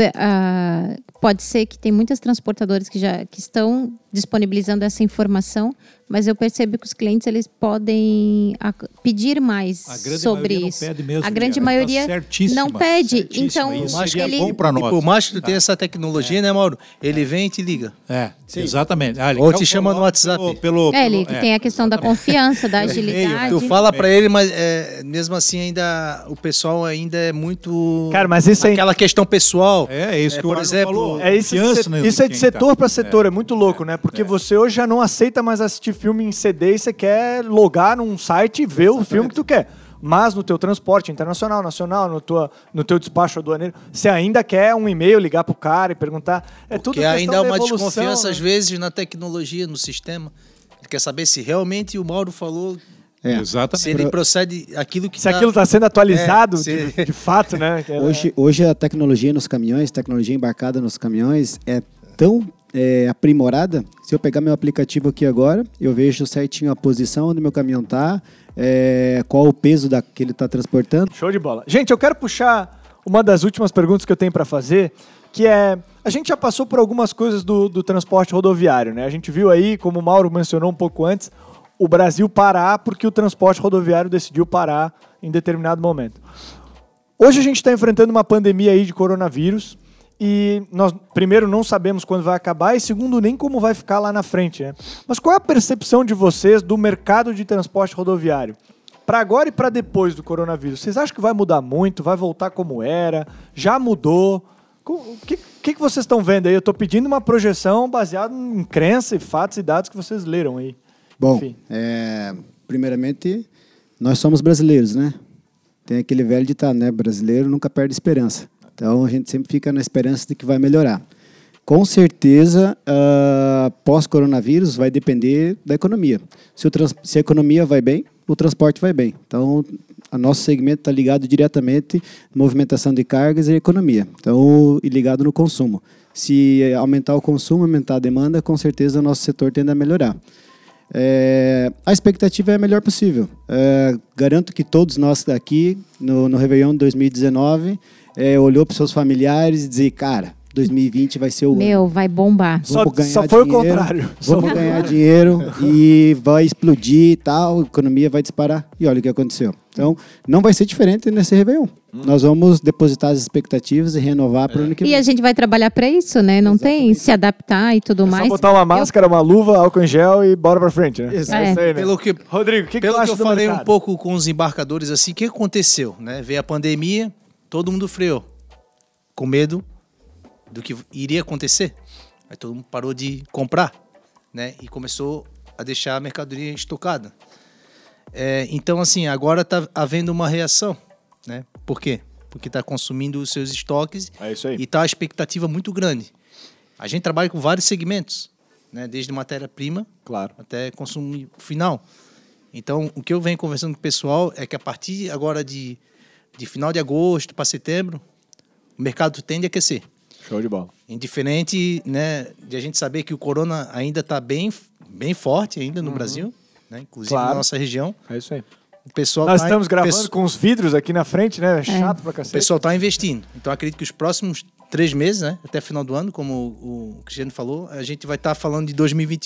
pode ser que tem muitas transportadoras que estão disponibilizando essa informação, mas eu percebo que os clientes eles podem pedir mais sobre isso. Não pede mesmo, a grande maioria não pede. Então, isso ele bom para nós. E por mais que tu tenha essa tecnologia, né, Mauro? Ele vem e te liga. Exatamente. Ou te chama no WhatsApp. Tem a questão da confiança, da agilidade. Tu fala para ele, mas mesmo assim ainda o pessoal ainda é muito... Cara, mas isso aquela questão pessoal. É isso que por exemplo, falou. Isso é de setor para setor, é muito louco, né? Porque você hoje já não aceita mais assistir filme em CD e você quer logar num site e ver o filme que tu quer. Mas no teu transporte internacional, nacional, no teu despacho aduaneiro, você ainda quer um e-mail, ligar pro cara e perguntar. Porque ainda há uma desconfiança, às vezes, na tecnologia, no sistema. Ele quer saber se realmente o Mauro falou... Exatamente. Se ele procede aquilo que se aquilo está sendo atualizado de fato, né? Hoje a tecnologia nos caminhões, tecnologia embarcada nos caminhões é tão aprimorada. Se eu pegar meu aplicativo aqui agora, eu vejo certinho a posição onde meu caminhão está, qual o peso que ele está transportando. Show de bola. Gente, eu quero puxar uma das últimas perguntas que eu tenho para fazer, que é... A gente já passou por algumas coisas do transporte rodoviário, né? A gente viu aí, como o Mauro mencionou um pouco antes, o Brasil parar porque o transporte rodoviário decidiu parar em determinado momento. Hoje a gente está enfrentando uma pandemia aí de coronavírus e nós, primeiro, não sabemos quando vai acabar e, segundo, nem como vai ficar lá na frente, né? Mas qual é a percepção de vocês do mercado de transporte rodoviário? Para agora e para depois do coronavírus, vocês acham que vai mudar muito? Vai voltar como era? Já mudou? O que vocês estão vendo aí? Eu estou pedindo uma projeção baseada em crença e fatos e dados que vocês leram aí. Bom, primeiramente, nós somos brasileiros, né? Tem aquele velho ditado, né? Brasileiro nunca perde esperança. Então, a gente sempre fica na esperança de que vai melhorar. Com certeza, pós-coronavírus vai depender da economia. Se a economia vai bem, o transporte vai bem. Então, o nosso segmento está ligado diretamente à movimentação de cargas e economia. Então, e ligado no consumo. Se aumentar o consumo, aumentar a demanda, com certeza o nosso setor tende a melhorar. A expectativa é a melhor possível. Garanto que todos nós aqui, no Réveillon de 2019, olhou para os seus familiares e dizer, cara, 2020 vai ser o ano. Vai bombar. Só foi o contrário. Vamos ganhar dinheiro e vai explodir e tal, a economia vai disparar. E olha o que aconteceu. Então, não vai ser diferente nesse Réveillon. Nós vamos depositar as expectativas e renovar para o ano que vem. E a gente vai trabalhar para isso, né? Não tem se adaptar e tudo mais. Só botar uma máscara, uma luva, álcool em gel e bora para frente, né? Isso aí, né? Rodrigo, que pelo tu que acha eu do falei mercado? um pouco com os embarcadores assim, o que aconteceu, né? Veio a pandemia, todo mundo freou, com medo do que iria acontecer. Aí todo mundo parou de comprar, né? E começou a deixar a mercadoria estocada. Então, assim, agora está havendo uma reação, né? Por quê? Porque está consumindo os seus estoques e está a expectativa muito grande. A gente trabalha com vários segmentos, né? Desde matéria-prima até consumo final. Então, o que eu venho conversando com o pessoal é que a partir agora de final de agosto para setembro, o mercado tende a aquecer. Show de bola. Indiferente, né, de a gente saber que o corona ainda está bem forte ainda no Brasil, né, inclusive na nossa região. É isso aí. O pessoal Nós estamos gravando com os vidros aqui na frente, né? Chato pra cacete. O pessoal está investindo. Então, acredito que os próximos 3 meses, né, até final do ano, como o Cristiano falou, a gente vai estar falando de 2021.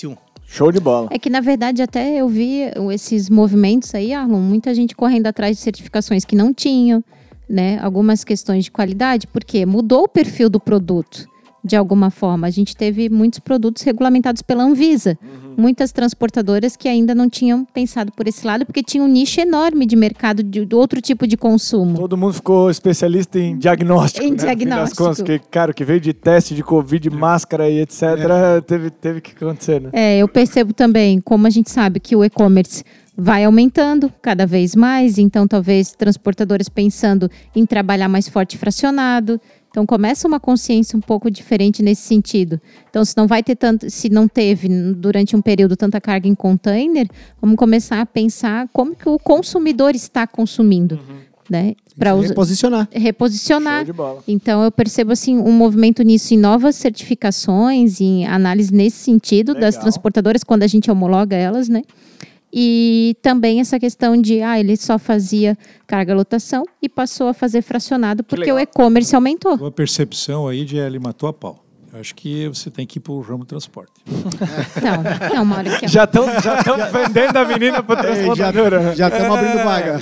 Show de bola. É que, na verdade, até eu vi esses movimentos aí, Arlon, muita gente correndo atrás de certificações que não tinham, né? Algumas questões de qualidade, porque mudou o perfil do produto, de alguma forma. A gente teve muitos produtos regulamentados pela Anvisa. Muitas transportadoras que ainda não tinham pensado por esse lado, porque tinha um nicho enorme de mercado de outro tipo de consumo. Todo mundo ficou especialista em diagnóstico, Em né? diagnóstico. No fim das contas, que, cara, que veio de teste de Covid, máscara e etc., teve que acontecer, né? Eu percebo também, como a gente sabe que o e-commerce vai aumentando cada vez mais, então talvez transportadores pensando em trabalhar mais forte fracionado. Então começa uma consciência um pouco diferente nesse sentido. Então se não teve durante um período tanta carga em container, vamos começar a pensar como que o consumidor está consumindo, né? Para reposicionar. Show de bola. Então eu percebo assim um movimento nisso em novas certificações, em análise nesse sentido das transportadoras quando a gente homologa elas, né? E também essa questão de, ele só fazia carga-lotação e passou a fazer fracionado porque o e-commerce aumentou. A percepção aí de ele matou a pau. Eu acho que você tem que ir para o ramo do transporte. Não, uma hora que... Já estão vendendo a menina para transportadora. Já estamos abrindo vaga.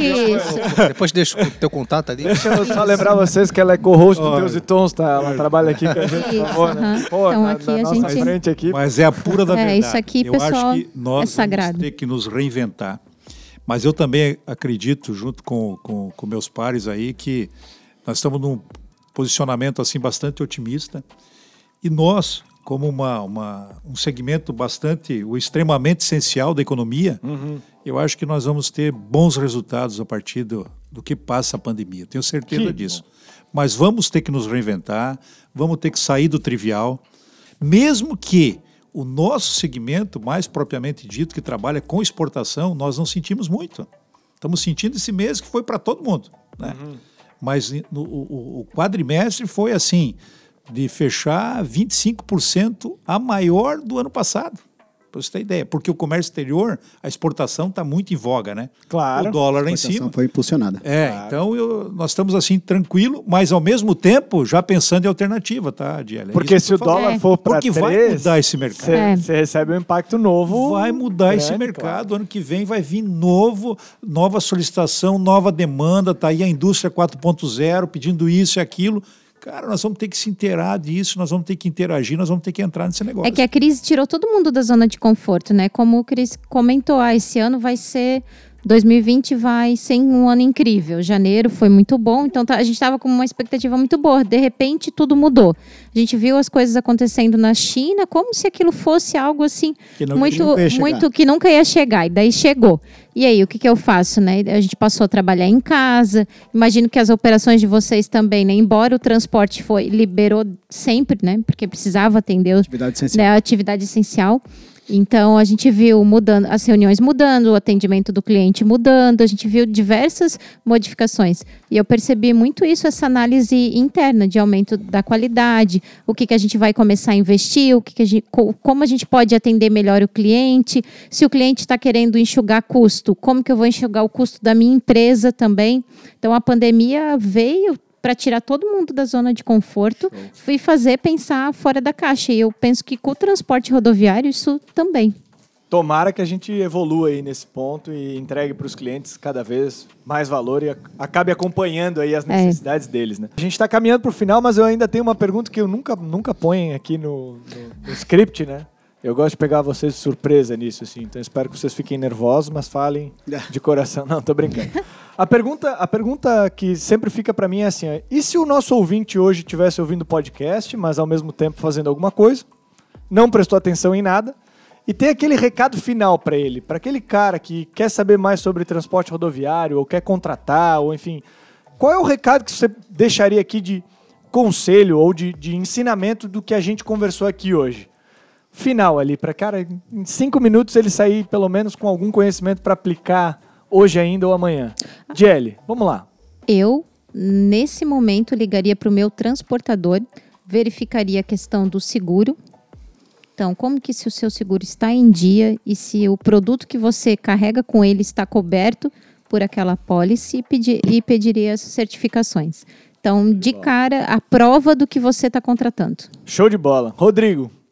Depois deixa o teu contato ali. Deixa eu só lembrar vocês que ela é co-host do Teus e Tons, tá? Ela trabalha aqui com a gente, por favor, né? Pô, então, na aqui a nossa gente... frente aqui. Mas é a pura da verdade. Isso aqui, pessoal, acho que nós sagrado. vamos ter que nos reinventar. Mas eu também acredito, junto com meus pares aí, que nós estamos num posicionamento assim bastante otimista. E nós, como um segmento extremamente essencial da economia, eu acho que nós vamos ter bons resultados a partir do que passa a pandemia. Tenho certeza disso. Mas vamos ter que nos reinventar, vamos ter que sair do trivial, mesmo que o nosso segmento, mais propriamente dito, que trabalha com exportação, nós não sentimos muito. Estamos sentindo esse mês que foi para todo mundo, né? Mas o quadrimestre foi assim, de fechar 25% a maior do ano passado, para você ter ideia. Porque o comércio exterior, a exportação está muito em voga, né? Claro. O dólar lá A em exportação cima. foi impulsionada. Claro. Então nós estamos assim, tranquilo, mas ao mesmo tempo já pensando em alternativa, tá, Diele? Porque se o dólar for para 3... Porque vai mudar esse mercado. Você recebe um impacto novo. Vai mudar esse mercado. Claro. Ano que vem vai vir nova solicitação, nova demanda. Está aí a indústria 4.0 pedindo isso e aquilo. Cara, nós vamos ter que se inteirar disso, nós vamos ter que interagir, nós vamos ter que entrar nesse negócio. É que a crise tirou todo mundo da zona de conforto, né? Como o Cris comentou, esse ano vai ser... 2020 vai ser um ano incrível. Janeiro foi muito bom, então a gente estava com uma expectativa muito boa. De repente, tudo mudou. A gente viu as coisas acontecendo na China, como se aquilo fosse algo assim que nunca ia chegar. E daí chegou. E aí, o que eu faço, né? A gente passou a trabalhar em casa. Imagino que as operações de vocês também, né? Embora o transporte liberou sempre, né? Porque precisava atender a atividade essencial. Então, a gente viu mudando, as reuniões mudando, o atendimento do cliente mudando, a gente viu diversas modificações. E eu percebi muito isso, essa análise interna de aumento da qualidade, o que a gente vai começar a investir, como a gente pode atender melhor o cliente, se o cliente está querendo enxugar custo, como que eu vou enxugar o custo da minha empresa também. Então, a pandemia veio para tirar todo mundo da zona de conforto e fazer pensar fora da caixa. E eu penso que com o transporte rodoviário, isso também. Tomara que a gente evolua aí nesse ponto e entregue para os clientes cada vez mais valor e acabe acompanhando aí as necessidades deles, né? A gente está caminhando para o final, mas eu ainda tenho uma pergunta que eu nunca ponho aqui no script, né? Eu gosto de pegar vocês de surpresa nisso, assim. Então, espero que vocês fiquem nervosos, mas falem de coração. Não, tô brincando. A pergunta que sempre fica para mim é assim, e se o nosso ouvinte hoje estivesse ouvindo o podcast, mas ao mesmo tempo fazendo alguma coisa, não prestou atenção em nada, e tem aquele recado final para ele, para aquele cara que quer saber mais sobre transporte rodoviário, ou quer contratar, ou enfim, qual é o recado que você deixaria aqui de conselho ou de ensinamento do que a gente conversou aqui hoje? Final ali, para cara, em 5 minutos ele sair pelo menos com algum conhecimento para aplicar hoje ainda ou amanhã. Jelly, vamos lá. Eu, nesse momento, ligaria para o meu transportador, verificaria a questão do seguro. Então, como que se o seu seguro está em dia e se o produto que você carrega com ele está coberto por aquela pólice e pediria as certificações. Então, de cara, a prova do que você está contratando. Show de bola. Rodrigo.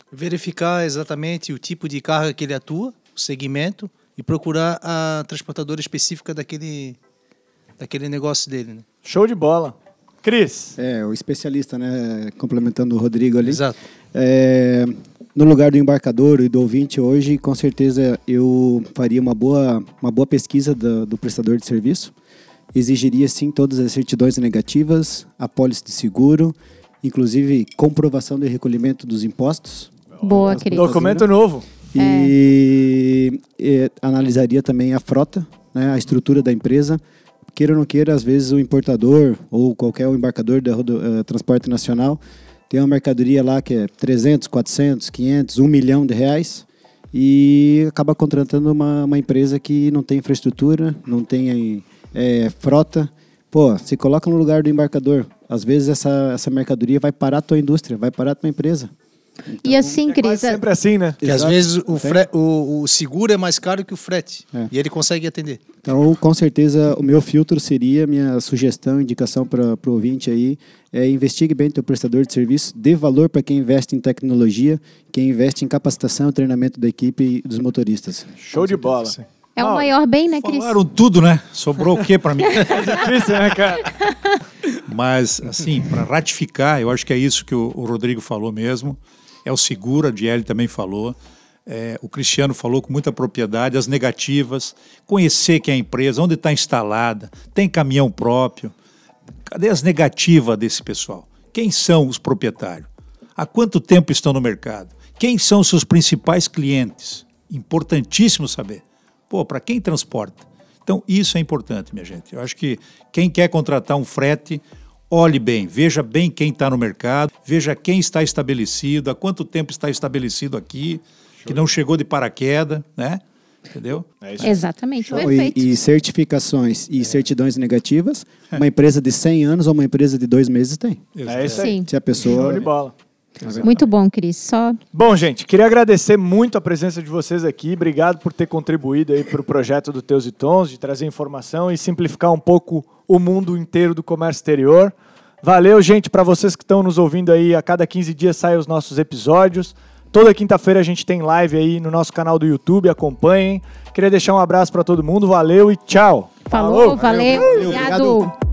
Verificar exatamente o tipo de carga que ele atua, o segmento, e procurar a transportadora específica daquele negócio dele. Né? Show de bola. Cris. O especialista, né? Complementando o Rodrigo ali. Exato. No lugar do embarcador e do ouvinte hoje, com certeza eu faria uma boa pesquisa do prestador de serviço. Exigiria, sim, todas as certidões negativas, apólice de seguro, inclusive comprovação de recolhimento dos impostos. Boa, Cris. Documento novo. E analisaria também a frota, né, a estrutura da empresa. Queira ou não queira, às vezes o importador ou qualquer embarcador da transporte nacional tem uma mercadoria lá que é 300, 400, 500, 1 milhão de reais e acaba contratando uma empresa que não tem infraestrutura, não tem frota. Pô, se coloca no lugar do embarcador. Às vezes essa mercadoria vai parar a tua indústria, vai parar a tua empresa. Então, e assim, Cris... sempre assim, né? Que às vezes o seguro é mais caro que o frete. E ele consegue atender. Então, com certeza, o meu filtro seria, minha sugestão, indicação para o ouvinte aí, investigue bem o teu prestador de serviço, dê valor para quem investe em tecnologia, quem investe em capacitação e treinamento da equipe e dos motoristas. Show de bola. É o maior bem, né, Cris? Falaram tudo, né? Sobrou o quê para mim? É difícil, né, cara? Mas, assim, para ratificar, eu acho que é isso que o Rodrigo falou mesmo. É o seguro, a Diele também falou. O Cristiano falou com muita propriedade, as negativas, conhecer quem é a empresa, onde está instalada, tem caminhão próprio. Cadê as negativas desse pessoal? Quem são os proprietários? Há quanto tempo estão no mercado? Quem são os seus principais clientes? Importantíssimo saber. Para quem transporta? Então, isso é importante, minha gente. Eu acho que quem quer contratar um frete, olhe bem, veja bem quem está no mercado, veja quem está estabelecido, há quanto tempo está estabelecido aqui, que não chegou de paraquedas, né? Entendeu? Exatamente, perfeito. E certificações e certidões negativas, uma empresa de 100 anos ou uma empresa de 2 meses tem. É isso aí. Sim. Se a pessoa... Show de bola. Muito bom, Cris. Bom, gente, queria agradecer muito a presença de vocês aqui. Obrigado por ter contribuído aí para o projeto do Teus e Tons, de trazer informação e simplificar um pouco o mundo inteiro do comércio exterior. Valeu, gente, para vocês que estão nos ouvindo aí. A cada 15 dias saem os nossos episódios. Toda quinta-feira a gente tem live aí no nosso canal do YouTube. Acompanhem. Queria deixar um abraço para todo mundo. Valeu e tchau. Falou, valeu. Obrigado.